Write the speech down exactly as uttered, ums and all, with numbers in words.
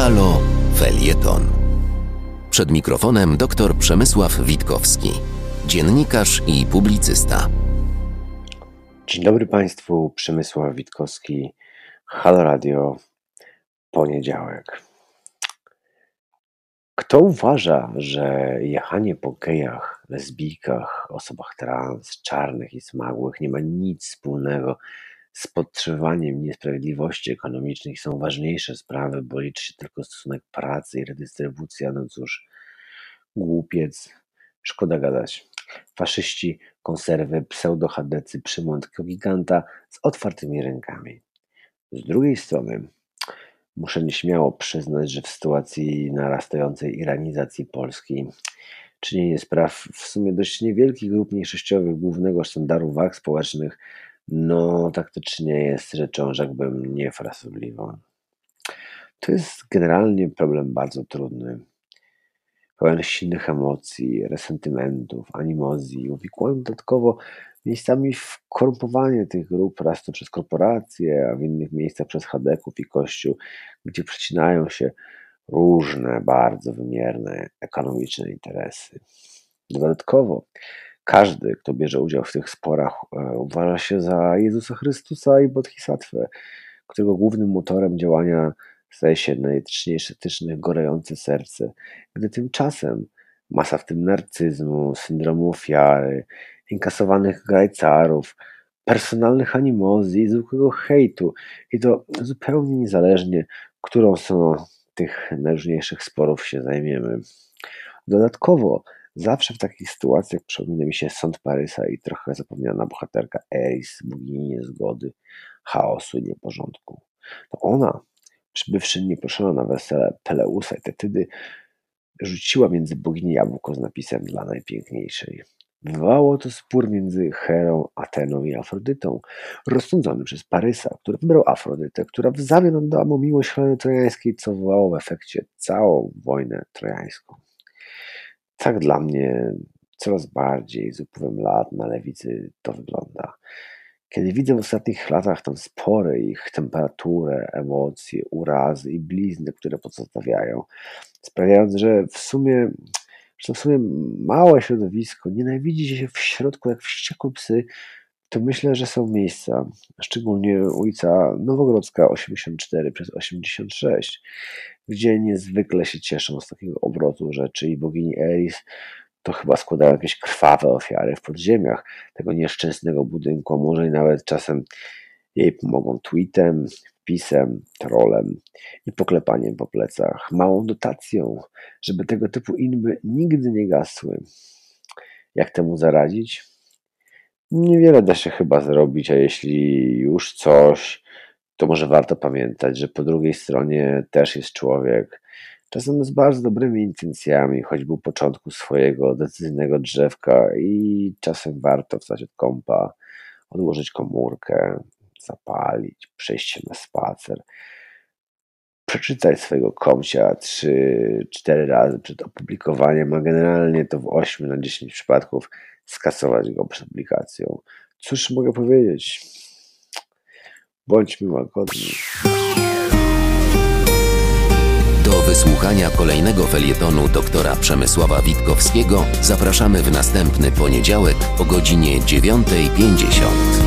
Halo Felieton. Przed mikrofonem dr Przemysław Witkowski, dziennikarz i publicysta. Dzień dobry Państwu, Przemysław Witkowski, Halo Radio, poniedziałek. Kto uważa, że jechanie po gejach, lesbijkach, osobach trans, czarnych i smagłych nie ma nic wspólnego z podtrzymywaniem niesprawiedliwości ekonomicznych i są ważniejsze sprawy, bo liczy się tylko stosunek pracy i redystrybucja, no cóż, głupiec, szkoda gadać. Faszyści, konserwy, pseudo-chadecy, przymątki giganta z otwartymi rękami. Z drugiej strony muszę nieśmiało przyznać, że w sytuacji narastającej iranizacji Polski czynienie spraw w sumie dość niewielkich grup mniejszościowych głównego sztandaru walk społecznych no taktycznie jest rzeczą, rzekłbym, niefrasobliwą. To jest generalnie problem bardzo trudny, pełen silnych emocji, resentymentów, animozji, uwikłany dodatkowo miejscami w korumpowanie tych grup, raz to przez korporacje, a w innych miejscach przez chadeków i kościół, gdzie przecinają się różne, bardzo wymierne ekonomiczne interesy. Dodatkowo każdy, kto bierze udział w tych sporach, uważa się za Jezusa Chrystusa i Bodhisatwę, którego głównym motorem działania staje się najetyczniejsze, etyczne, gorejące serce, gdy tymczasem masa w tym narcyzmu, syndromu ofiary, inkasowanych grajcarów, personalnych animozji i zwykłego hejtu, i to zupełnie niezależnie, którą z tych najróżniejszych sporów się zajmiemy. Dodatkowo zawsze w takich sytuacjach przypomina mi się Sąd Parysa i trochę zapomniana bohaterka Eris, bogini niezgody, chaosu i nieporządku. To ona, przybywszy nieproszona na wesele Peleusa i Tetydy, rzuciła między bogini jabłko z napisem dla najpiękniejszej. Wywołało to spór między Herą, Ateną i Afrodytą, rozsądzony przez Parysa, który wybrał Afrodytę, która w zamian oddała mu miłość Heleny Trojańskiej, co wywołało w efekcie całą wojnę trojańską. Tak dla mnie coraz bardziej z upływem lat na lewicy to wygląda. Kiedy widzę w ostatnich latach tam spory, ich temperaturę, emocje, urazy i blizny, które pozostawiają, sprawiając, że w sumie, że w sumie małe środowisko nienawidzi się w środku jak wściekłe psy, to myślę, że są miejsca, szczególnie ulica Nowogrodzka osiemdziesiąt cztery przez osiemdziesiąt sześć, gdzie niezwykle się cieszą z takiego obrotu rzeczy i bogini Eris to chyba składają jakieś krwawe ofiary w podziemiach tego nieszczęsnego budynku, a może i nawet czasem jej pomogą tweetem, wpisem, trolem i poklepaniem po plecach, małą dotacją, żeby tego typu inby nigdy nie gasły. Jak temu zaradzić? Niewiele da się chyba zrobić, a jeśli już coś, to może warto pamiętać, że po drugiej stronie też jest człowiek, czasem z bardzo dobrymi intencjami, choćby u początku swojego decyzyjnego drzewka, i czasem warto wstać od kąpa, odłożyć komórkę, zapalić, przejść się na spacer, przeczytać swojego komcia trzy cztery razy przed opublikowaniem, a generalnie to w osiem na dziesięć przypadków skasować go przed publikacją. Cóż mogę powiedzieć? Bądźmy łagodni. Do wysłuchania kolejnego felietonu doktora Przemysława Witkowskiego zapraszamy w następny poniedziałek o godzinie dziewiąta pięćdziesiąt.